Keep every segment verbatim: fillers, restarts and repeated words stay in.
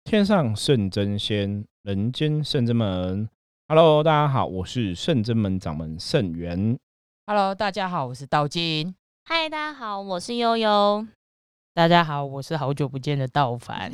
天上圣真仙，人间圣真门。Hello， 大家好，我是圣真门掌门圣元。 Hello， 大家好，我是道金。 嗨，大家好，我是悠悠。 大家好，我是好久不见的道凡。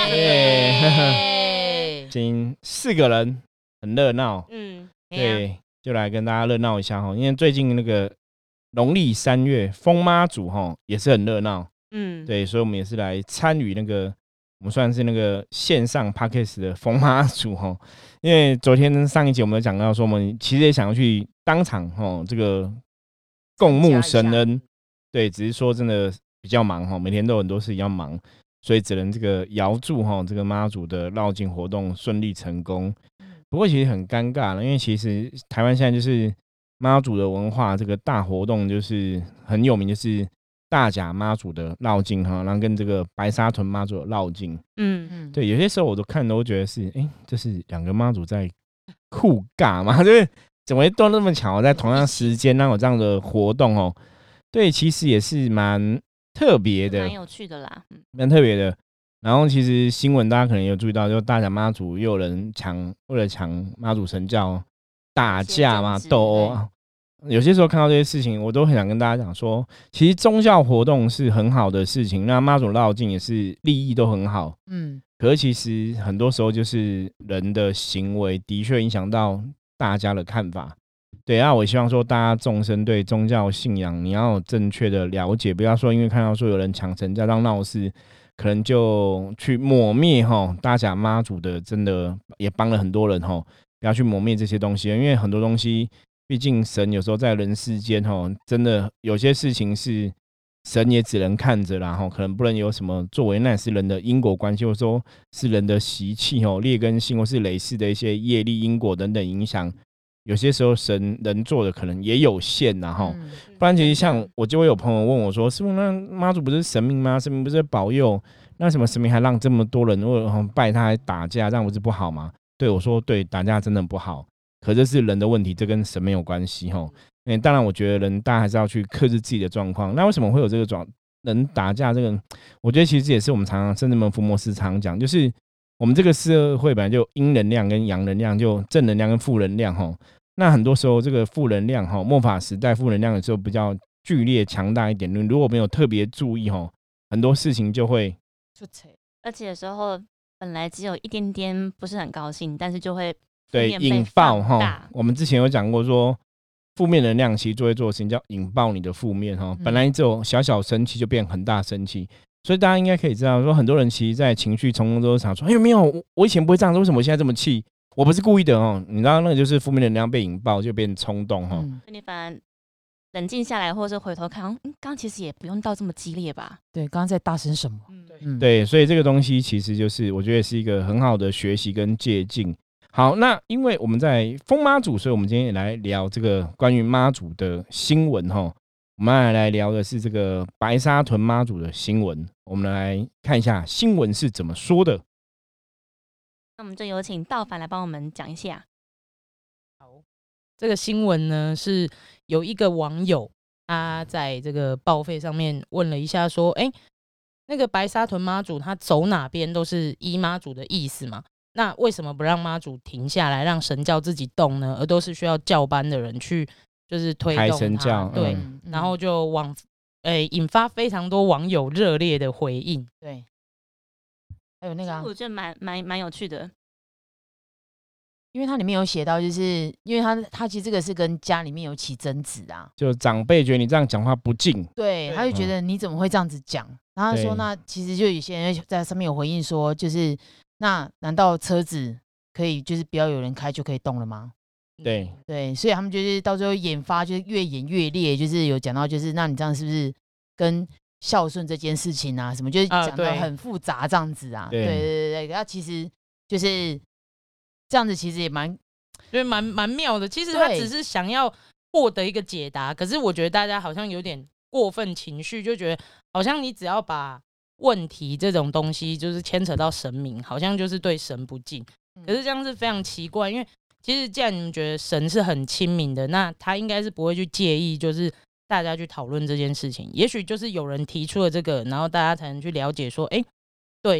耶！今四个人很热闹， 嗯， 对，就来跟大家热闹一下哈。因为最近那个农历三月封妈祖哈也是很热闹，嗯，对，所以我们也是来参与那个。我们算是那个线上 Podcast 的封妈祖齁，因为昨天上一集我们有讲到说，我们其实也想要去当场齁这个共沐神恩，对，只是说真的比较忙齁，每天都有很多事情要忙，所以只能这个遥祝齁这个妈祖的绕境活动顺利成功。不过其实很尴尬了，因为其实台湾现在就是妈祖的文化这个大活动，就是很有名，就是大甲妈祖的绕境哈，然后跟这个白沙屯妈祖的绕境，嗯嗯，对，有些时候我都看都觉得是，哎、欸，这是两个妈祖在酷尬嘛，就是怎么会都那么巧在同样时间让有这样的活动哦？对，其实也是蛮特别的， 蛮有趣的啦， 蛮特别的。然后其实新闻大家可能有注意到，就大甲妈祖又有人抢，为了抢妈祖神教打架嘛，斗殴啊。有些时候看到这些事情，我都很想跟大家讲说，其实宗教活动是很好的事情，那妈祖绕境也是利益都很好，嗯，可是其实很多时候就是人的行为的确影响到大家的看法。对，那我希望说大家众生对宗教信仰你要有正确的了解，不要说因为看到说有人抢神教当闹事，可能就去抹灭齁大甲妈祖的，真的也帮了很多人齁，不要去抹灭这些东西，因为很多东西。毕竟神有时候在人世间真的有些事情是神也只能看着啦，可能不能有什么作为，那也是人的因果关系，或者说是人的习气、劣根性或是累世的一些业力因果等等影响，有些时候神能做的可能也有限啦、嗯、不然其实像我就会有朋友问我说，师父，那妈祖不是神明吗？神明不是保佑，那什么神明还让这么多人拜他还打架，这样不是不好吗？对，我说对，打架真的不好，可这是人的问题，这跟神没有关系齁。嗯，当然，我觉得人大家还是要去克制自己的状况。那为什么会有这个状人打架？这个我觉得其实也是我们常常圣真门伏魔师常讲，就是我们这个社会本来就阴能量跟阳能量，就正能量跟负能量齁。那很多时候这个负能量齁，末法时代负能量的时候比较剧烈强大一点，你如果没有特别注意齁，很多事情就会出错。而且有时候本来只有一点点不是很高兴，但是就会。 对，引爆哈，我们之前有讲过说，负面能量其实就会做的事情叫引爆你的负面哈。本来只有小小生气就变很大生气，所以大家应该可以知道说，很多人其实在情绪冲动中想说，哎呦没有，我以前不会这样，为什么我现在这么气？我不是故意的哦。你知道那个就是负面能量被引爆就变冲动哈。 嗯、你反而冷静下来，或者是回头看，嗯，刚其实也不用到这么激烈吧？ 对，刚刚在大声什么？ 嗯，对，所以这个东西其实就是我觉得是一个很好的学习跟借鉴。好，那因为我们在封妈祖，所以我们今天也来聊这个关于妈祖的新闻哈。我们来来聊的是这个白沙屯妈祖的新闻，我们来看一下新闻是怎么说的。 那我们就有请道凡来帮我们讲一下。 好，这个新闻呢是有一个网友他在这个报废上面问了一下，说，哎、欸，那个白沙屯妈祖他走哪边都是依妈祖的意思嘛？那为什么不让妈祖停下来，让神教自己动呢？而都是需要教班的人去，就是推动它神教， 对、嗯，然后就往，诶、欸，引发非常多网友热烈的回应。对，还有那个、啊， 我觉得蛮蛮蛮有趣的， 因为它里面有写到，就是因为他他其实这个是跟家里面有起争执啊， 就长辈觉得你这样讲话不敬， 对，他就觉得你怎么会这样子讲？然后他说，那其实就有些人在上面有回应说，就是。那难道车子可以就是不要有人开就可以动了吗？ 对对，所以他们就是到最后演发就是越演越烈，就是有讲到就是那你这样是不是跟孝顺这件事情啊什么，就是讲到很复杂这样子啊？对对对对，那其实就是这样子，其实也蛮觉得蛮蛮妙的。其实他只是想要获得一个解答，可是我觉得大家好像有点过分情绪，就觉得好像你只要把问题这种东西就是牵扯到神明，好像就是对神不敬。可是这样是非常奇怪，因为其实既然你们觉得神是很亲民的，那他应该是不会去介意就是大家去讨论这件事情。也许就是有人提出了这个，然后大家才能去了解说，哎，对，那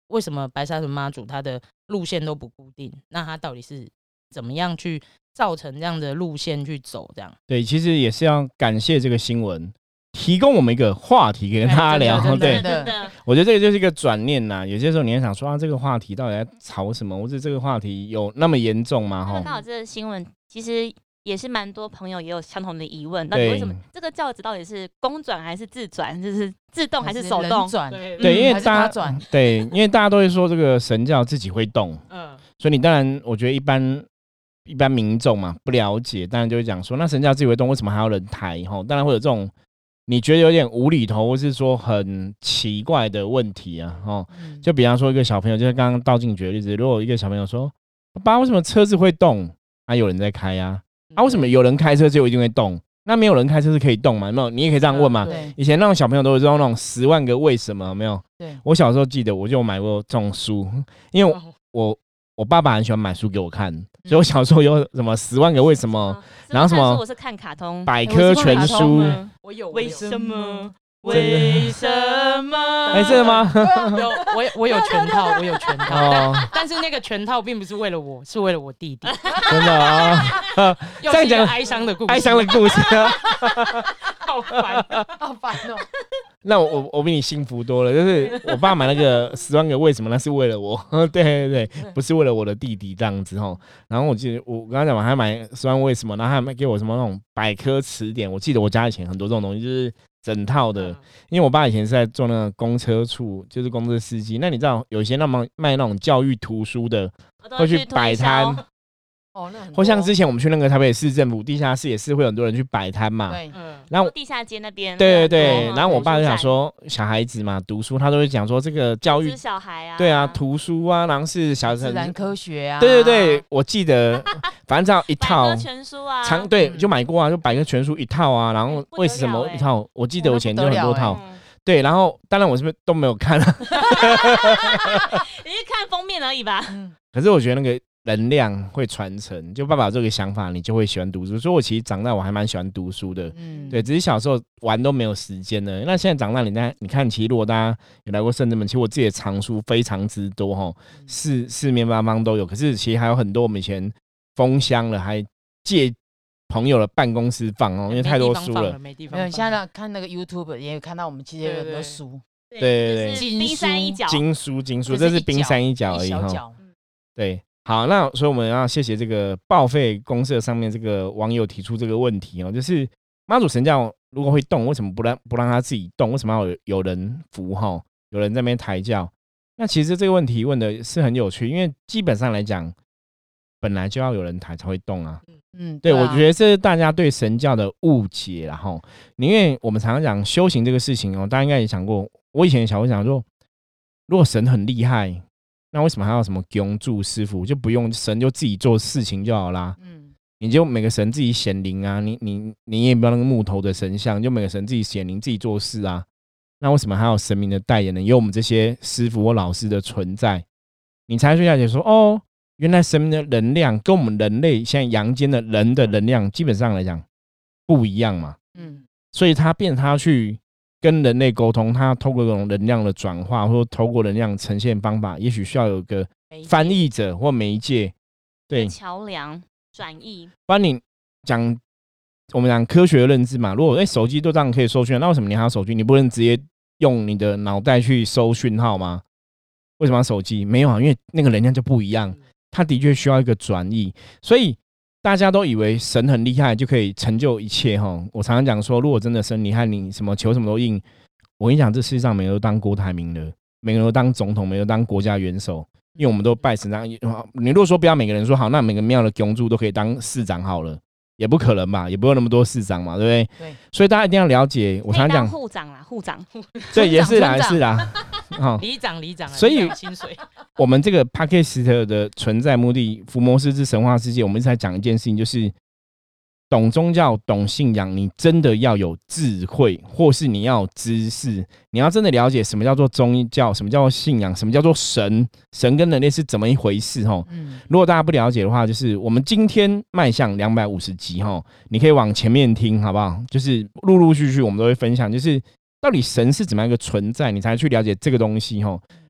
为什么白沙屯妈祖他的路线都不固定？那他到底是怎么样去造成这样的路线去走？这样对，其实也是要感谢这个新闻。提供我们一个话题给大家聊，对，我觉得这个就是一个转念呐。有些时候你会想说啊，这个话题到底在吵什么，或者这个话题有那么严重吗？ 看到这个新闻，其实也是蛮多朋友也有相同的疑问，到底为什么这个轿子到底是公转还是自转，就是自动还是手动转？ 对，对，因为大家对，因为大家都会说这个神轿自己会动，嗯，所以你当然我觉得一般一般民众嘛不了解，当然就会讲说，那神轿自己会动，为什么还要人抬？哈，当然会有这种。你觉得有点无厘头，或是说很奇怪的问题啊？哦，就比方说一个小朋友，就是刚刚道静举的例子，如果一个小朋友说：“爸爸，为什么车子会动？啊，有人在开啊，啊，为什么有人开车就一定会动？那没有人开车是可以动吗？有没有？你也可以这样问嘛。以前那种小朋友都会知道那种十万个为什么，有没有？对，我小时候记得，我就买过这种书，因为我。我我爸爸很喜欢买书给我看，所以我小时候有什么十万个为什么，然后什么我是看卡通百科全书， 我有为什么为什么？ 哎，真的吗？ 有我我有全套，我有全套，哦、但是那个全套并不是为了我，是为了我弟弟。 真的啊， 又是一个哀伤的故事， 哀伤的故事， 好烦， 好烦哦。 那我我我比你幸福多了，就是我爸买那个十万个为什么，那是为了我，对对对，不是为了我的弟弟这样子吼。然后我记得我刚刚讲嘛，还买十万为什么，然后还买给我什么那种百科词典。我记得我家以前很多这种东西，就是整套的，因为我爸以前是在做那个公车处，就是公车司机。那你知道有些那么卖那种教育图书的，会去摆摊。哦，那或像之前我们去那个台北市政府地下室，也是会有很多人去摆摊嘛。对， 嗯。然后地下街那边。 对对对，然后我爸就想说，小孩子嘛，读书他都会讲说这个教育小孩啊， 对啊，图书啊，然后是小自然科学啊。 对对对，我记得，反正这样一套。 百科全书啊。 长对，就买过啊，就百科全书一套啊，然后为什么一套？我记得我以前就很多套。对，然后当然我是不是都没有看啊？你是看封面而已吧？ 可是我觉得那个。能量会传承，就爸爸有这个想法，你就会喜欢读书。所以我其实长大我还蛮喜欢读书的，嗯，对，只是小时候玩都没有时间了。那现在长大，你看，你看，其实如果大家有来过圣真门，其实我自己的藏书非常之多哈，四四面八方都有。可是其实还有很多我们以前封箱了，还借朋友的办公室放哦，因为太多书了， 没地方放。 现在看那个 YouTube 也有看到我们其实有很多书， 对对对， 冰山一角， 经书经书，这是冰山一角而已哈，对。好，那所以我们要谢谢这个报废公社上面这个网友提出这个问题哦，就是妈祖神教如果会动，为什么不让不让他自己动？为什么要有有人扶哈？有人在那边抬轿？那其实这个问题问的是很有趣，因为基本上来讲，本来就要有人抬才会动啊。嗯，对，对啊，我觉得这是大家对神教的误解啦哈。因为我们常常讲修行这个事情哦，大家应该也想过，我以前也想过想说，如果神很厉害。那为什么还要什么供助师傅？就不用神就自己做事情就好啦。嗯，你就每个神自己显灵啊，你你你也不要那个木头的神像，就每个神自己显灵自己做事啊。那为什么还有神明的代言人？有我们这些师傅或老师的存在，你才去了解说，哦，原来神明的能量跟我们人类现在阳间的人的能量基本上来讲不一样嘛。嗯，所以他变他去。跟人类沟通，他透过这种能量的转化，或透过能量呈现方法，也许需要有个翻译者或媒介，对， 桥梁转译。 帮你讲，我们讲科学的认知嘛。如果哎、欸、手机都这样可以收讯，那为什么你还要手机？你不能直接用你的脑袋去收讯号吗？为什么要手机？没有啊，因为那个能量就不一样，它的确需要一个转译，所以。大家都以为神很厉害就可以成就一切哈。我常常讲说，如果真的神厉害，你什么求什么都应。我跟你讲，这世界上每个人都当郭台铭了，每个人都当总统，每个人都当国家元首，因为我们都拜神当。你如果说不要每个人说好，那每个庙的供主都可以当市长好了，也不可能吧，也不用那么多市长嘛，对不对？对。所以大家一定要了解，我常常讲护长啦，护长， 对，也是啦，也是啦。 哦，里长里长， 所以薪水。 我们这个 Podcast 的存在目的，伏魔师之神话世界，我们一直在讲一件事情，就是懂宗教、懂信仰，你真的要有智慧，或是你要有知识，你要真的了解什么叫做宗教，什么叫做信仰，什么叫做神，神跟人类是怎么一回事哈。嗯，如果大家不了解的话，就是我们今天迈向两百五十集哈，你可以往前面听，好不好？就是陆陆续续我们都会分享，就是。到底神是怎么样一个存在，你才去了解这个东西齁。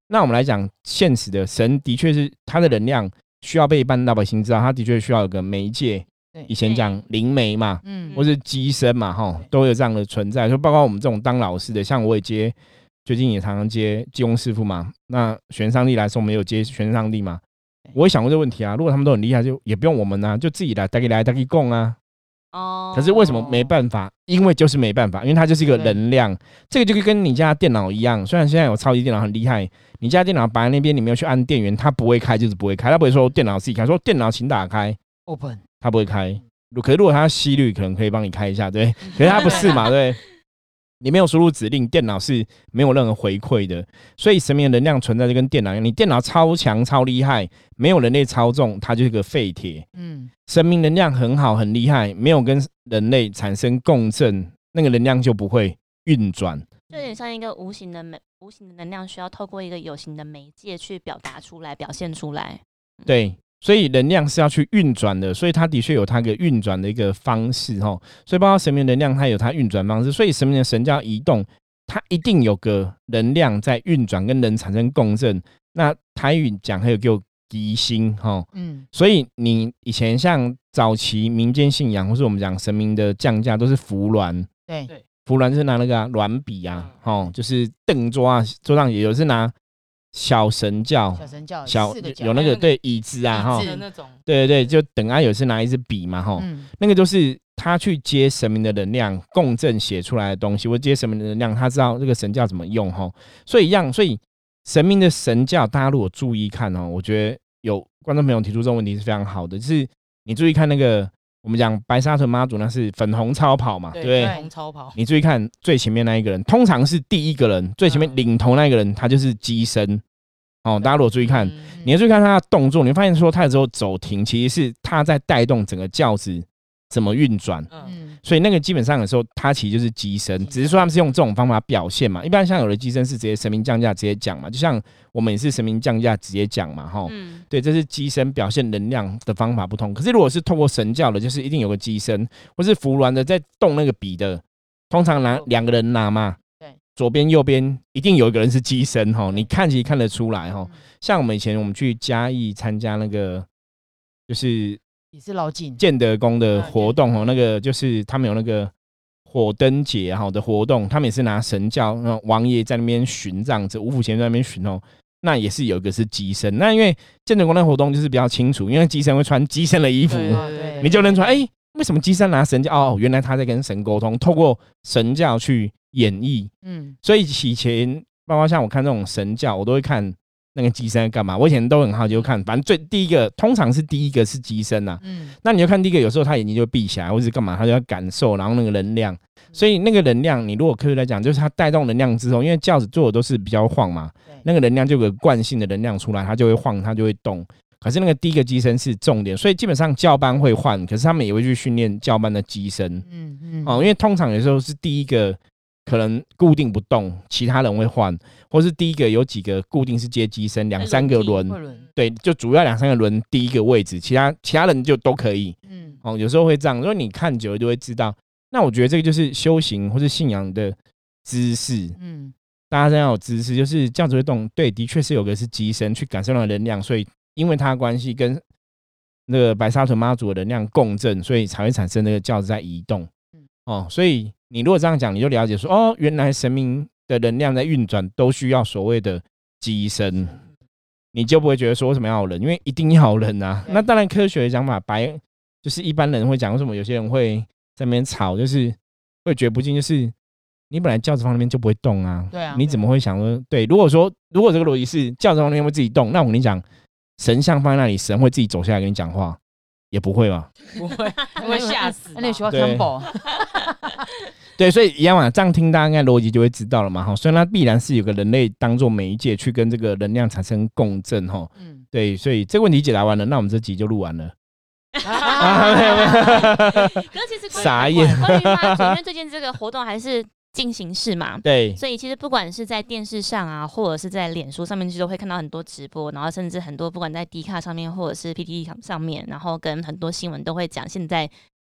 那我们来讲现实的，神的确是他的能量需要被一般老百姓知道，他的确需要有个媒介。以前讲灵媒嘛，嗯，或是机身嘛，哈，都有这样的存在。就包括我们这种当老师的，像我也接，最近也常常接济公师傅嘛。那玄上帝来说，我们也有接玄上帝嘛。我也想过这个问题啊，如果他们都很厉害，就也不用我们啊，就自己来，大家来，大家供啊。哦。可是为什么没办法？因为就是没办法，因为它就是一个能量。这个就跟你家电脑一样，虽然现在有超级电脑很厉害，你家电脑摆在那边，你没有去按电源，它不会开，就是不会开。它不会说电脑自己开，说电脑请打开 ，open。它不会开，可是如果它吸率可能可以帮你开一下，对，可是它不是嘛，对，你没有输入指令，电脑是没有任何回馈的，所以神明的能量存在就跟电脑一样，你电脑超强超厉害，没有人类操纵，它就是个废铁。嗯，神明能量很好很厉害，没有跟人类产生共振，那个能量就不会运转， 就有点像一个无形的媒，无形的能量需要透过一个有形的媒介去表达出来、表现出来。 嗯、对。所以能量是要去运转的，所以它的确有它的运转的一个方式齁。所以包括神明能量，它有它运转方式。所以神明的神教移动，它一定有个能量在运转，跟人产生共振。那台语讲还有叫吉星齁。嗯。所以你以前像早期民间信仰，或是我们讲神明的降价，都是符鸾。 对。 符鸾是拿那个鸾笔啊，齁，就是凳桌啊，桌上也有是拿。小神教， 小神教， 小有那个对椅子啊，哈，对对对，就等啊，有是拿一支笔嘛，哈、嗯，那个都是他去接神明的能量共振写出来的东西，或接神明的能量，他知道这个神教怎么用，哈，所以一样，所以神明的神教，大家如果注意看哦，我觉得有观众朋友提出这种问题是非常好的，就是你注意看那个我们讲白沙屯妈祖那是粉红超跑嘛，对不对？ 粉红超跑， 你注意看最前面那一个人，通常是第一个人，最前面领头那一个人，他就是机身。哦，大家如果注意看，你要注意看他的动作，你会发现说他有时候走停，其实是他在带动整个轿子怎么运转。嗯，所以那个基本上的时候，他其实就是机身，只是说他们是用这种方法表现嘛。一般像有的机身是直接神明降价直接讲嘛，就像我们也是神明降价直接讲嘛，哈、嗯。对，这是机身表现能量的方法不同。可是如果是透过神教的，就是一定有个机身，或是符鸾的在动那个笔的，通常拿两个人拿嘛。左边右边一定有一个人是机身齁，你看其实看得出来齁。像我们以前我们去嘉义参加那个，就是也是老井建德宫的活动齁，那个就是他们有那个火灯节齁的活动，他们也是拿神教王爷在那边巡这样子，五府前在那边巡哦，那也是有一个是机身。那因为建德宫的活动就是比较清楚，因为机身会穿机身的衣服，你就认出来，哎、欸，为什么机身拿神教？哦，原来他在跟神沟通，透过神教去。演绎，嗯，所以以前包括像我看这种神教，我都会看那个机身在干嘛。我以前都很好奇，就看，反正最第一个通常是第一个是机身呐，嗯，那你就看第一个，有时候他眼睛就闭起来，或是干嘛，他就要感受，然后那个能量，所以那个能量，你如果科学来讲，就是它带动能量之后，因为轿子做的都是比较晃嘛，那个能量就有个惯性的能量出来，它就会晃，它就会动。可是那个第一个机身是重点，所以基本上教班会换，可是他们也会去训练教班的机身，嗯嗯，哦，因为通常有时候是第一个。可能固定不动，其他人会换，或是第一个有几个固定是接机身，两三个轮，对，就主要两三个轮第一个位置，其他其他人就都可以，嗯，哦，有时候会这样，所以你看久了就会知道。那我觉得这个就是修行或是信仰的知识，嗯，大家真要有知识，就是轿子会动，对，的确是有个是机身去感受到能量，所以因为它的关系跟那个白沙屯妈祖的能量共振，所以才会产生那个轿子在移动，哦，所以。你如果这样讲，你就了解说，哦，原来神明的能量在运转，都需要所谓的机身，你就不会觉得说为什么要有人，因为一定要有人啊。那当然，科学的讲法，白就是一般人会讲，为什么有些人会在那边吵，就是会觉得不敬，就是你本来轿子放那边就不会动啊， 对啊， 你怎么会想说，对？如果说如果这个逻辑是轿子放那边会自己动，那我跟你讲，神像放在那里，神会自己走下来跟你讲话，也不会吧？ 不会，会吓死。 那你喜欢 combo？ 对，所以一样嘛，这样听大家应该逻辑就会知道了嘛。所以它必然是有个人类当做媒介去跟这个能量产生共振哈。嗯，对，所以这个问题解答完了，那我们这集就录完了。 啊，没有没有。可是其实傻眼。 关于妈祖，因为最近这个活动还是进行式嘛， 对， 所以其实不管是在电视上啊，或者是在脸书上面，其实都会看到很多直播，然后甚至很多不管在 D 卡上面或者是 P T T 上面，然后跟很多新闻都会讲现在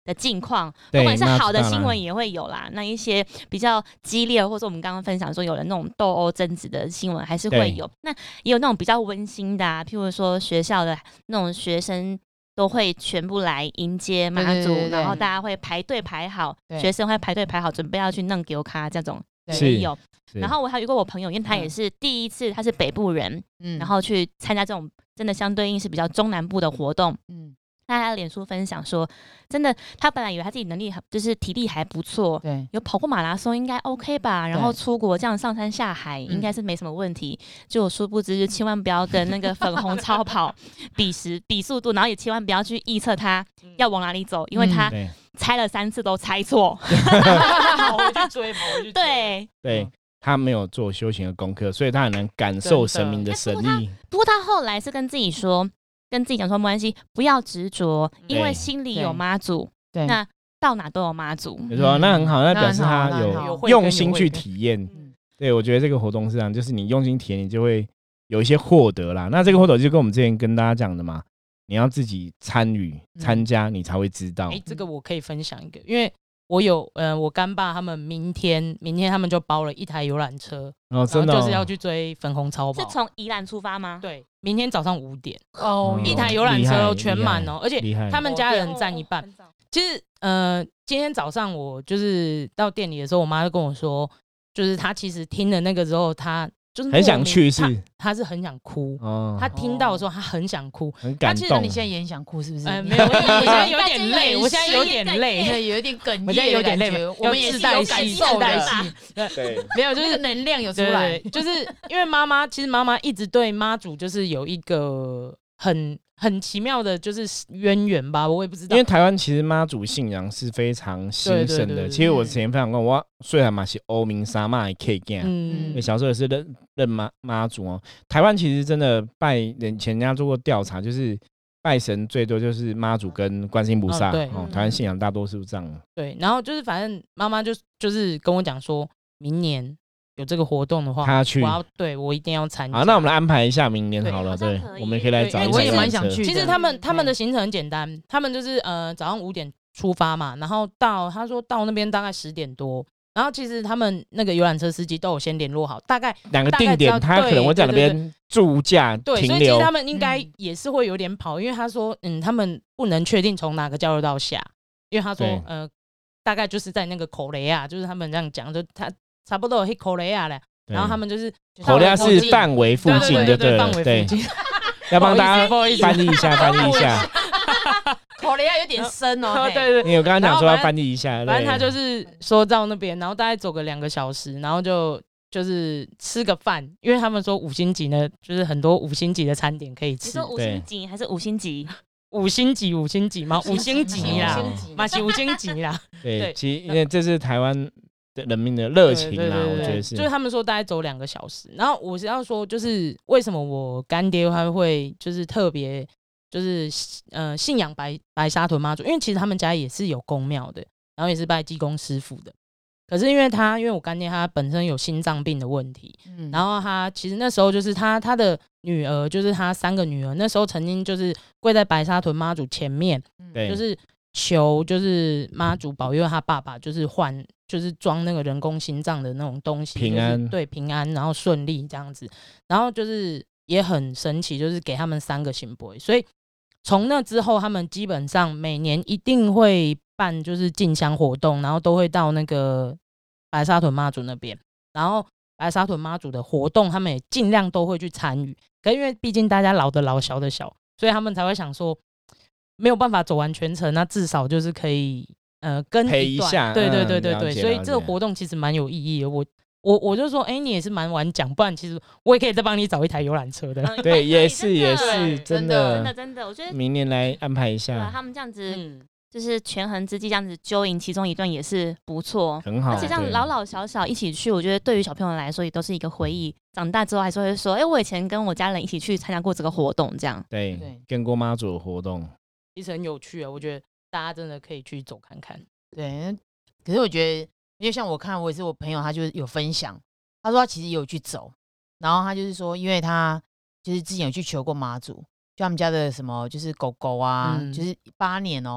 的近况，不管是好的新闻也会有啦，那一些比较激烈，或者我们刚刚分享说有的那种斗殴争执的新闻还是会有，那也有那种比较温馨的啊，譬如说学校的那种学生都会全部来迎接妈祖，对对对对，然后大家会排队排好，学生会排队排好，准备要去弄丢卡这种也有。然后我还有一个我朋友，因为他也是第一次，他是北部人，嗯，然后去参加这种真的相对应是比较中南部的活动，嗯。那他脸书分享说，真的，他本来以为他自己能力就是体力还不错，对，有跑过马拉松应该 OK 吧，然后出国这样上山下海应该是没什么问题，就我殊不知就千万不要跟那个粉红超跑比时比速度，然后也千万不要去预测他要往哪里走，因为他猜了三次都猜错， 跑回去追，跑回去追， 对对。他没有做修行的功课，所以他很难感受神明的神力。 不过他后来是跟自己说。跟自己讲说没关系，不要执着，因为心里有妈祖，那到哪都有妈祖。 没错，那很好，那表示他有用心去体验。对，我觉得这个活动是这样，就是你用心体验，你就会有一些获得啦。那这个获得就跟我们之前跟大家讲的嘛，你要自己参与参加，你才会知道。 哎，这个我可以分享一个，因为我有呃，我干爸他们明天明天他们就包了一台游览车， 哦，真的、哦、 就是要去追粉红超跑。 是从宜兰出发吗？ 对，明天早上五点哦，一台游览车全满哦，而且他们家人占一半。哦、其实呃，今天早上我就是到店里的时候，我妈就跟我说，就是她其实听了那个之后，她就是很想去是， 是他是很想哭，哦、他听到的时候他很想哭， 很感动。 其实你现在也很想哭是不是？ 呃、没有，我现在有点累，我现在有点累， 有点哽咽， 我现在有点累， 我们也是有感受的。 对， 没有，就是能量有出来， 对对对，就是因为妈妈，其实妈妈一直对妈祖就是有一个很。很奇妙的，就是渊源吧，我也不知道。 因为台湾其实妈祖信仰是非常兴盛的。对对对对，其实我之前分享过，我虽然嘛是欧明沙妈的 K 干，嗯，小时候也是认认妈妈祖哦。台湾其实真的拜人前人家做过调查，就是拜神最多就是妈祖跟观世音菩萨。哦，对哦，台湾信仰大多数这样。 对，然后就是反正妈妈就就是跟我讲说，明年。有这个活动的话， 他去， 我要对我一定要参加。 好，那我们来安排一下明年好了。对，对我们也可以来找一下。 我也蛮想去。 其实他们他们的行程很简单，他们就是呃早上五点出发嘛，然后到他说到那边大概十点多，然后其实他们那个游览车司机都有先联络好，大概两个定点，他可能会在那边驻驾停留。 对，所以其实他们应该也是会有点跑，因为他说嗯他们不能确定从哪个交流道下，因为他说呃大概就是在那个口雷啊，就是他们这样讲，就他。差不多有口雷亚了，然后他们就是口雷亚是范围附近的，对范围附近， 要帮大家翻译一下，翻译一下。 口雷亚有点深哦， 对对， 你有刚刚讲说要翻译一下， 反正他就是说到那边，然后大概走个两个小时，然后就就是吃个饭，因为他们说五星级呢，就是很多五星级的餐点可以吃。 你说五星级还是五星级？ 五星级，五星级吗？五星级啦，嘛是五星级啦。 对，其实因为这是台湾。人民的热情啦，我觉得是， 就是他们说大概走两个小时，然后我是要说，就是为什么我干爹他会就是特别就是呃信仰白白沙屯妈祖，因为其实他们家也是有宫庙的，然后也是拜济公师傅的，可是因为他因为我干爹他本身有心脏病的问题，嗯，然后他其实那时候就是他他的女儿就是他三个女儿，那时候曾经就是跪在白沙屯妈祖前面，嗯，就是求就是妈祖保佑他爸爸就是换。就是装那个人工心脏的那种东西， 平安、 就是、对平安，然后顺利这样子，然后就是也很神奇，就是给他们三个行杯，所以从那之后，他们基本上每年一定会办就是进香活动，然后都会到那个白沙屯妈祖那边，然后白沙屯妈祖的活动，他们也尽量都会去参与，可是因为毕竟大家老的老，小的小，所以他们才会想说没有办法走完全程，那至少就是可以。呃，跟陪一下， 对对对对对，所以这个活动其实蛮有意义的。我我我就说，哎、欸，你也是蛮晚讲，不然其实我也可以再帮你找一台游览车的。 嗯、 对，也是也是真的真的真的，我觉得明年来安排一下。 对、啊，他们这样子、嗯、就是权衡之计，这样子揪赢其中一段也是不错， 很好。 而且这样老老小小一起去，我觉得对于小朋友来说也都是一个回忆。长大之后还是会说，哎、欸，我以前跟我家人一起去参加过这个活动，这样。 对，对跟过妈祖的活动， 其实很有趣啊，我觉得大家真的可以去走看看。 对，可是我觉得，因为像我看，我也是我朋友，他就是有分享，他说他其实有去走，然后他就是说，因为他就是之前有去求过妈祖，就他们家的什么就是狗狗啊，嗯、就是八年哦，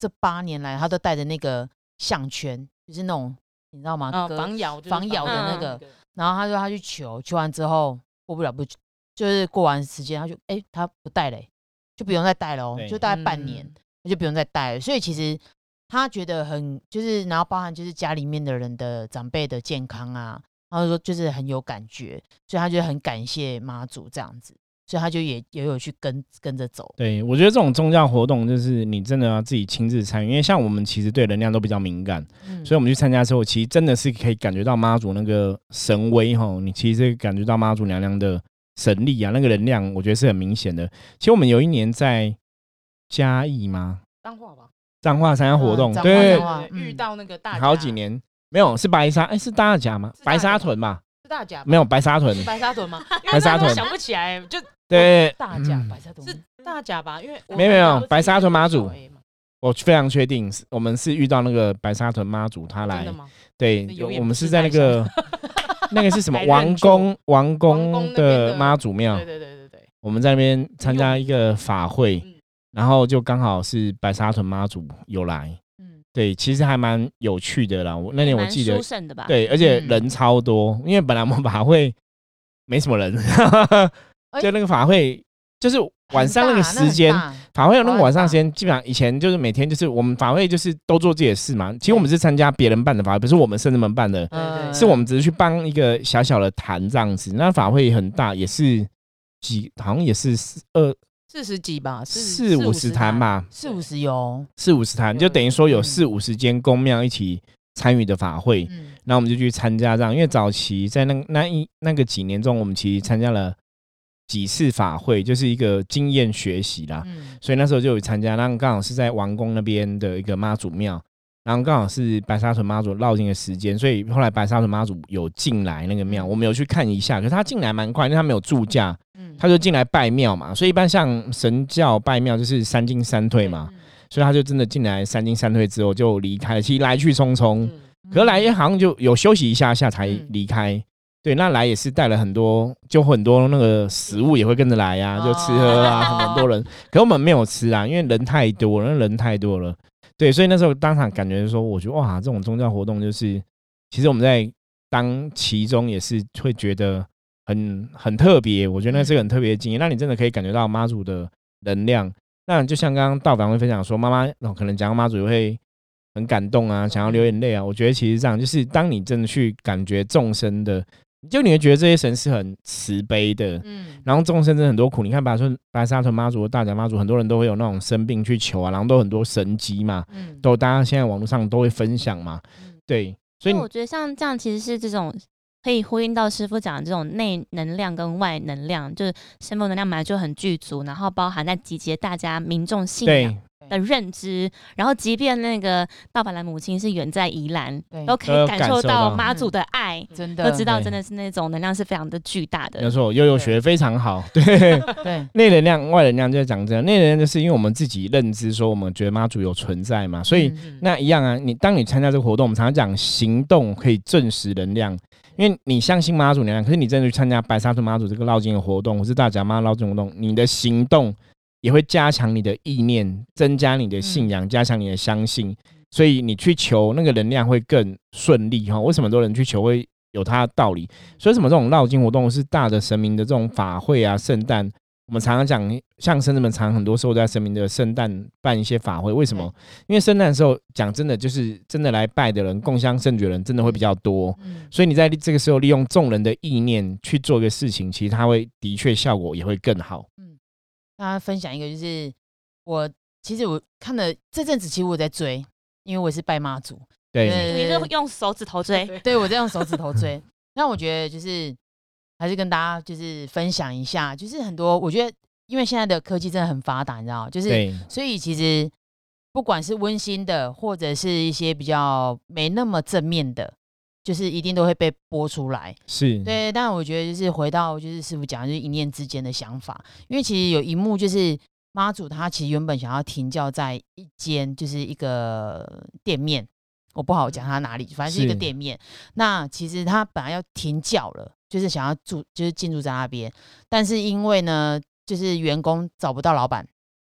这八年来他都带着那个项圈，就是那种你知道吗？ 哦、防咬防咬的那个。嗯、然后他说他去求，求完之后过不了不就是过完时间他就哎、欸、他不带嘞、欸，就不用再带了哦，就大概半年、嗯、他就不用再带了。所以其实他觉得很就是然后包含就是家里面的人的长辈的健康啊，然后说就是很有感觉，所以他就很感谢妈祖这样子。所以他就也也有去跟跟着走。 对，我觉得这种宗教活动就是你真的要自己亲自参与，因为像我们其实对能量都比较敏感，嗯、所以我们去参加之后，其实真的是可以感觉到妈祖那个神威哈，你其实感觉到妈祖娘娘的神力啊，那个能量我觉得是很明显的。其实我们有一年在嘉义吗？ 彰化吧， 彰化参加活动， 嗯、 对， 对遇到那个大好几年没有是白沙，哎、欸、是大甲吗？白沙屯吧。 是大甲没有白沙屯， 是白沙屯吗？ 白沙屯想不起来，就对大甲白沙屯是大甲吧？因为没有没有白沙屯妈祖，我非常确定，我们是遇到那个白沙屯妈祖，他来，对，我们是在那个那个是什么王宫王宫的妈祖庙， 对对对对对， 我们在那边参加一个法会，然后就刚好是白沙屯妈祖有来。对，其实还蛮有趣的啦。我那年我记得，对，而且人超多，嗯、因为本来我们法会没什么人，就那个法会就是晚上那个时间，法会有那个晚上时间，基本上以前就是每天就是我们法会就是都做自己的事嘛。其实我们是参加别人办的法会，不是我们圣人们办的，嗯、是我们只是去帮一个小小的坛这样子。那法会也很大，也是几好像也是二。 四十几吧， 四五十坛吧， 四五十有四五十坛，就等于说有四五十间宫庙一起参与的法会，嗯，然后我们就去参加这样。因为早期在那那一那个几年中，我们其实参加了几次法会，就是一个经验学习啦，嗯，所以那时候就有参加。然后刚好是在王宫那边的一个妈祖庙，然后刚好是白沙屯妈祖绕境的时间，所以后来白沙屯妈祖有进来那个庙，我们有去看一下，可是他进来蛮快，因为他没有驻驾。他就进来拜庙嘛，所以一般像神教拜庙就是三进三退嘛，嗯、所以他就真的进来三进三退之后就离开了，其实来去匆匆，嗯、可是来也好像就有休息一下下才离开。嗯、对，那来也是带了很多，就很多那个食物也会跟着来呀、啊，就吃喝啊，很多人。可是我们没有吃啊，因为人太多了，人太多了。对，所以那时候当场感觉说，我觉得哇，这种宗教活动就是，其实我们在当其中也是会觉得。很很特别，我觉得那是个很特别的经验。那你真的可以感觉到妈祖的能量。那就像刚刚道长会分享说，妈妈、哦、可能讲到妈祖也会很感动啊，想要流眼泪啊。我觉得其实这样，就是当你真的去感觉众生的，就你会觉得这些神是很慈悲的，嗯，然后众生真的很多苦。你看白沙白沙屯妈祖、大甲妈祖，很多人都会有那种生病去求啊，然后都很多神迹嘛，嗯，都大家现在网络上都会分享嘛，嗯、对。所以我觉得像这样其实是这种。可以呼应到师父讲的这种内能量跟外能量，就是神佛能量本来就很具足，然后包含在集结大家民众信仰的认知，然后即便那个道法兰母亲是远在宜兰，都可以感受到妈祖的爱，嗯、真的都知道真的是那种能量是非常的巨大的。 没错，悠悠学得非常好，对对，内能量外能量就讲这样，内能量就是因为我们自己认知说我们觉得妈祖有存在嘛，所以、嗯、那一样啊，你当你参加这个活动，我们常常讲行动可以证实能量。因为你相信妈祖娘娘，可是你真的去参加白沙屯妈祖这个绕境的活动，或是大甲妈绕境活动，你的行动也会加强你的意念，增加你的信仰，加强你的相信，所以你去求那个能量会更顺利哈。为什么很多人去求会有它的道理？所以什么这种绕境活动是大的神明的这种法会啊、圣诞，我们常常讲，像圣人们常很多时候在神明的圣诞办一些法会，为什么？因为圣诞的时候讲真的，就是真的来拜的人、共襄盛举的人真的会比较多，嗯、所以你在这个时候利用众人的意念去做一个事情，其实它会的确效果也会更好。 嗯，大家分享一个，就是我其实我看了这阵子，其实我在追，因为我是拜妈祖， 对， 你是用手指头追， 对，对我在用手指头追。那我觉得就是还是跟大家就是分享一下，就是很多我觉得。因为现在的科技真的很发达，你知道，就是所以其实不管是温馨的，或者是一些比较没那么正面的，就是一定都会被播出来。 是对，但我觉得就是回到就是师父讲，就是一念之间的想法。因为其实有一幕就是妈祖他其实原本想要停教在一间就是一个店面，我不好讲他哪里，反正是一个店面。那其实他本来要停教了，就是想要住，就是进驻在那边，但是因为呢。就是员工找不到老板，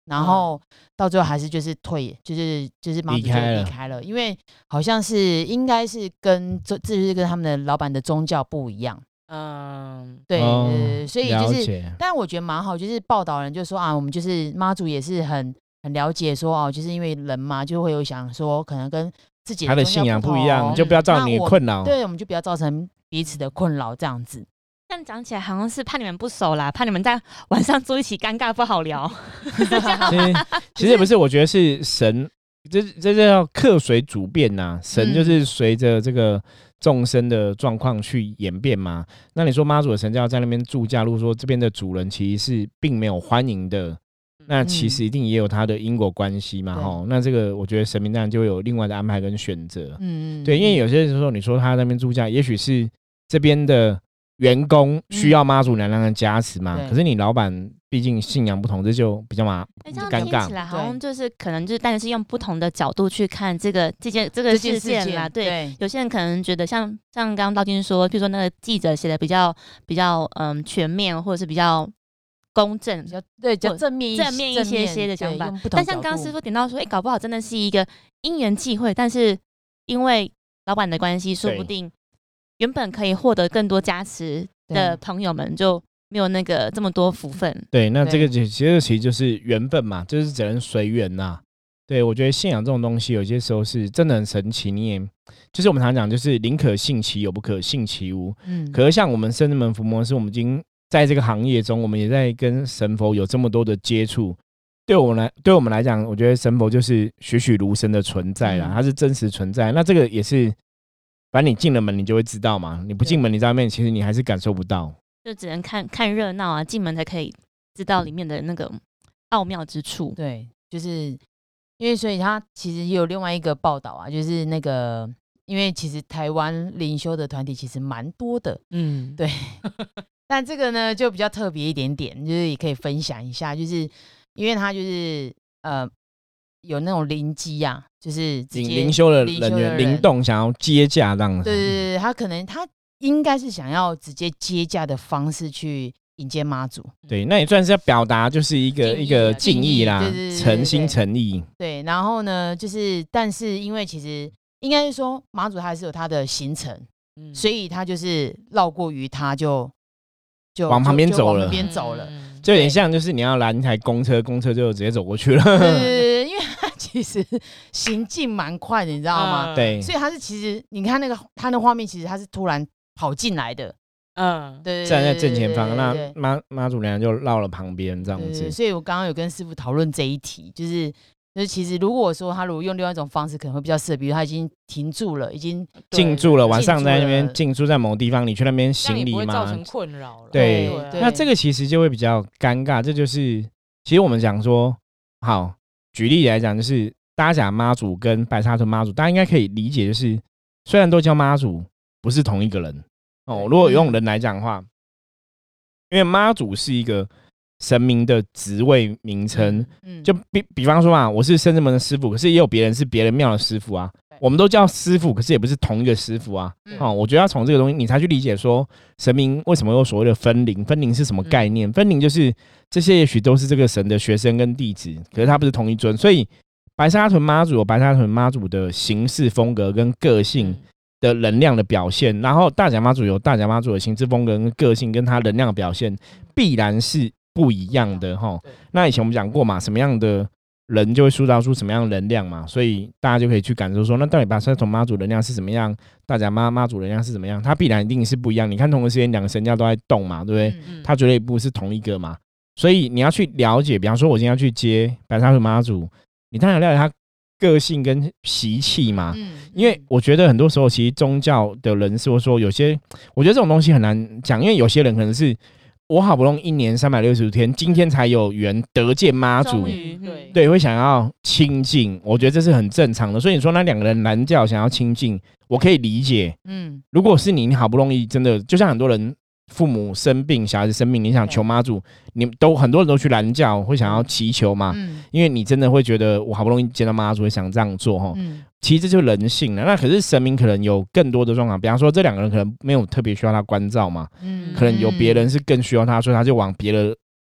然后到最后还是就是退，就是就是妈祖就离开了，因为好像是应该是跟这这是跟他们的老板的宗教不一样。嗯，对，哦呃、所以就是，但我觉得蛮好，就是报道人就说啊，我们就是妈祖也是很很了解说哦，就是因为人嘛，就会有想说可能跟自己的他的信仰不一样，就不要造成你困扰。 对，我们就不要造成彼此的困扰这样子。 但讲起来好像是怕你们不熟啦，怕你们在晚上住一起尴尬不好聊。 其实其实也不是，我觉得是神，这这叫客随主变呐、啊。神就是随着这个众生的状况去演变嘛。那你说妈祖的神教在那边住驾，如果说这边的主人其实是并没有欢迎的，那其实一定也有他的因果关系嘛。吼、嗯，那这个我觉得神明当然就会有另外的安排跟选择。嗯，对，因为有些时候你说他在那边住驾，也许是这边的员工需要妈祖娘娘的加持嘛、嗯，可是你老板毕竟信仰不同，这就比较麻尴尬。 这样听起来好像就是可能就是，但是用不同的角度去看这个这件这个事件啦。对，对有些人可能觉得像像刚刚道金说，譬如说那个记者写的比较比较嗯全面，或者是比较公正，比较对，比较正面正面一些些的想法。但像刚刚师傅点到说，哎、欸，搞不好真的是一个因缘际会，但是因为老板的关系，说不定原本可以获得更多加持的朋友们就没有那个这么多福分。 对，那这个其实其实就是缘分嘛，就是只能随缘呐。对，我觉得信仰这种东西，有些时候是真的很神奇。你也就是我们常讲，就是宁可信其有，不可信其无。嗯。可是像我们圣真门伏魔师，我们已经在这个行业中，我们也在跟神佛有这么多的接触。对我们来，对我们来讲，我觉得神佛就是栩栩如生的存在啦，嗯、它是真实存在。那这个也是。反正你进了门，你就会知道嘛。你不进门，你在外面，其实你还是感受不到。 就只能看看热闹啊，进门才可以知道里面的那个奥妙之处。 对，就是因为所以他其实也有另外一个报道啊，就是那个因为其实台湾灵修的团体其实蛮多的，嗯，对。但这个呢就比较特别一点点，就是也可以分享一下，就是因为他就是呃。有那种灵机啊，就是灵修的人员灵动想要接驾这样子。 对对对，他可能他应该是想要直接接驾的方式去迎接妈祖。 对，那也算是要表达就是一个、啊、一个敬意啦，诚心诚意。 对，然后呢，就是但是因为其实应该是说妈祖还是有他的行程，嗯、所以他就是绕过于他就就往旁边走了， 往旁边走了。嗯就有点像，就是你要拦一台公车，公车就直接走过去了。 对，因为它其实行进蛮快的，你知道吗？ 对， 所以它是其实你看那个它的画面，其实它是突然跑进来的。嗯，对， 站在正前方，那妈妈祖娘就绕了旁边这样子。 所以我刚刚有跟师父讨论这一题，就是就是其实如果说他如果用另外一种方式，可能会比较适合，比如他已经停住了，已经进驻了，晚上在那边进驻在某地方，你去那边行礼吗？ 不会造成困扰了。 对，那这个其实就会比较尴尬。这就是其实我们讲说，好，举例来讲，就是大家讲妈祖跟白沙屯妈祖，大家应该可以理解，就是虽然都叫妈祖，不是同一个人哦。如果用人来讲的话，因为妈祖是一个神明的职位名称，嗯嗯、就比比方说嘛，我是圣真门的师傅，可是也有别人是别人庙的师傅啊。我们都叫师傅，可是也不是同一个师傅啊。嗯哦、我觉得要从这个东西，你才去理解说神明为什么有所谓的分灵。分灵是什么概念？嗯、分灵就是这些也许都是这个神的学生跟弟子，可是他不是同一尊。所以白沙屯妈祖有白沙屯妈祖的行事风格跟个性的能量的表现，然后大甲妈祖有大甲妈祖的行事风格跟个性跟他能量的表现，必然是不一样的齁。那以前我们讲过嘛，什么样的人就会塑造出什么样的能量嘛，所以大家就可以去感受说，那到底白沙屯妈祖能量是怎么样，大甲妈妈祖能量是怎么样，它必然一定是不一样。你看同个时间两个神教都在动嘛，对不对？嗯嗯它绝对不是同一个嘛，所以你要去了解，比方说我今天要去接白沙屯妈祖，你当然要了解他个性跟习气嘛，嗯嗯因为我觉得很多时候其实宗教的人士或说有些，我觉得这种东西很难讲，因为有些人可能是我好不容易一年三百六十五天，今天才有缘得见妈祖，对对，会想要亲近，我觉得这是很正常的。所以你说那两个人拦轿想要亲近，我可以理解。嗯，如果是你，你好不容易真的，就像很多人父母生病，小孩子生病，你想求妈祖，你都很多人都去拦轿，会想要祈求嘛，嗯、因为你真的会觉得我好不容易见到妈祖，会想这样做哈。嗯其实这就是人性了。那可是神明可能有更多的状况，比方说这两个人可能没有特别需要他关照嘛，嗯、可能有别人是更需要他，所以他就往别的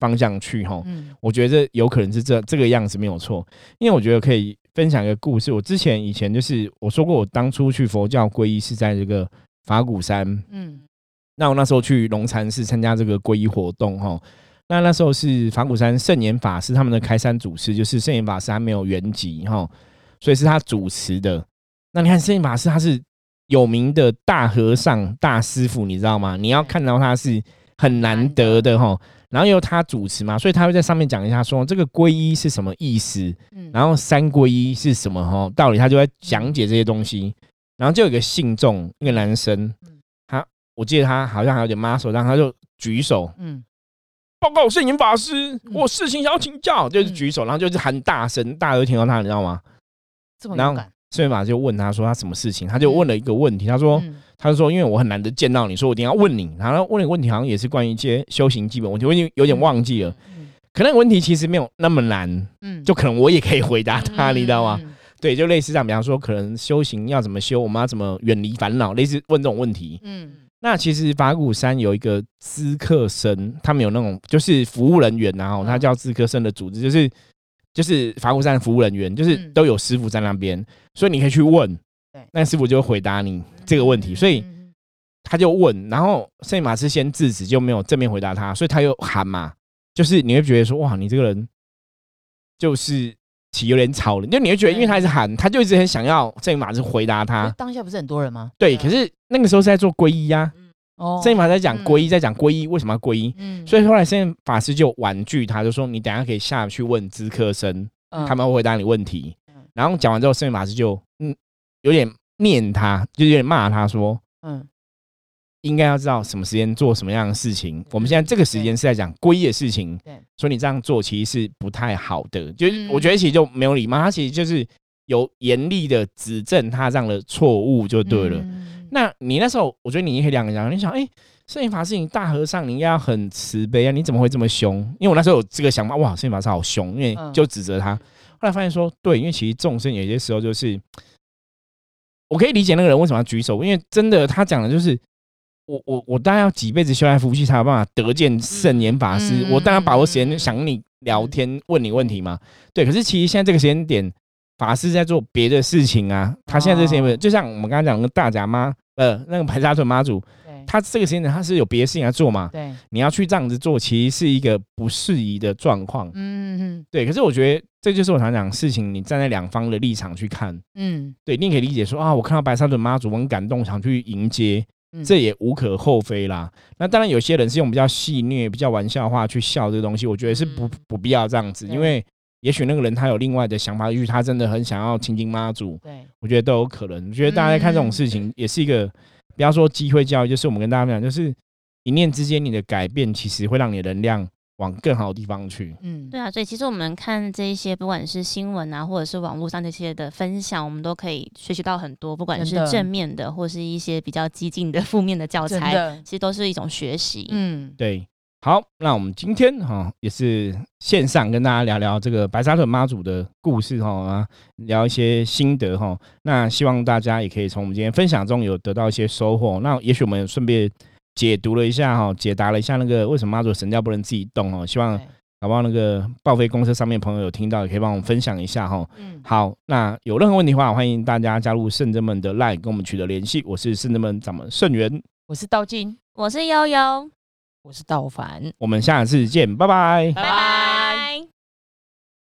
方向去哈、嗯。我觉得有可能是这这个样子没有错，因为我觉得可以分享一个故事。我之前以前就是我说过，我当初去佛教皈依是在这个法鼓山，嗯，那我那时候去龙禅寺参加这个皈依活动哈。那那时候是法鼓山圣严法师他们的开山祖师，就是圣严法师还没有圆寂哈，所以是他主持的。那你看圣严法师他是有名的大和尚大师傅，你知道吗？你要看到他是很难得的哈。然后由他主持嘛，所以他会在上面讲一下说这个皈依是什么意思，嗯、然后三皈依是什么哈道理，他就会讲解这些东西。然后就有一个信众，一个男生，他我记得他好像还有点妈手，然后他就举手，嗯。报告圣严法师，我事情想要请教，就是举手，然后就是很大声，大家都听到他，你知道吗？ 这么勇敢。 然后圣严法师就问他说他什么事情，他就问了一个问题，他说，嗯、他就说因为我很难得见到你，所以我一定要问你。然后问的问题好像也是关于一些修行基本问题，我已经有点忘记了。嗯、可能问题其实没有那么难，嗯、就可能我也可以回答他，嗯、你知道吗？嗯、对，就类似这样，比方说可能修行要怎么修，我们要怎么远离烦恼，类似问这种问题。嗯。那其实法鼓山有一个资客生，他们有那种就是服务人员啊，然后他叫资客生的组织，就是就是法鼓山服务人员，就是都有师傅在那边，嗯、所以你可以去问，那师傅就会回答你这个问题，所以他就问，然后圣严法师先制止，就没有正面回答他，所以他又喊嘛，就是你会觉得说哇，你这个人就是其有点吵了，就你会觉得，因为他一直喊，他就一直很想要圣严法师回答他。 当下不是很多人吗？ 对，可是那个时候是在做皈依啊。哦，圣严法师在讲皈依，在讲皈依为什么要皈依，嗯、所以后来圣严法师就婉拒他，就说你等一下可以下去问资客生，嗯、他们会回答你问题。嗯、然后讲完之后，圣严法师就嗯有点念他，就有点骂他说，嗯，应该要知道什么时间做什么样的事情。我们现在这个时间是在讲皈依的事情，所以你这样做其实是不太好的。就是我觉得其实就没有礼貌，他其实就是有严厉的指正他这样的错误就对了。嗯、那你那时候，我觉得你也可以两个人，你想，哎、欸，圣严法师你大和尚，你应该要很慈悲啊，你怎么会这么凶？因为我那时候有这个想法，哇，圣严法师好凶，因为就指责他。嗯、后来发现说，对，因为其实众生有些时候就是，我可以理解那个人为什么要举手，因为真的他讲的就是。我我我当然要几辈子修来福气才有办法得见圣严法师，嗯、我当然把握时间想跟你聊天，问你问题嘛。对，可是其实现在这个时间点，法师在做别的事情啊。他现在这个时间点，哦、就像我们刚刚讲的大甲妈，呃，那个白沙屯妈祖，他这个时间点他是有别的事情要做嘛。对，你要去这样子做，其实是一个不适宜的状况。嗯嗯，对。可是我觉得这就是我常讲事情，你站在两方的立场去看，嗯，对，你也可以理解说啊，我看到白沙屯妈祖，我很感动，想去迎接。这也无可厚非啦。那当然，有些人是用比较戏谑、比较玩笑话去笑这个东西，我觉得是不不必要这样子，因为也许那个人他有另外的想法，也许他真的很想要亲近妈祖，对，我觉得都有可能。我觉得大家在看这种事情，也是一个不要说机会教育，就是我们跟大家讲，就是一念之间你的改变，其实会让你的能量往更好的地方去。 嗯，对啊，所以其实我们看这一些，不管是新闻啊，或者是网络上这些的分享，我们都可以学习到很多，不管是正面的，或是一些比较激进的、负面的教材，其实都是一种学习。 嗯，对。好，那我们今天哈、哦、也是线上跟大家聊聊这个白沙屯妈祖的故事哈、哦，聊一些心得哈、哦。那希望大家也可以从我们今天分享中有得到一些收获。那也许我们顺便解读了一下哈，解答了一下那个为什么妈祖神教不能自己动哦，希望搞不好那个报废公车上面朋友有听到，也可以帮我们分享一下哈。嗯，好，那有任何问题的话，欢迎大家加入圣真门的 LINE 跟我们取得联系。我是圣真门掌门圣元， 我是道金， 我是悠悠， 我是道凡， 我们下次见，拜拜， 拜拜。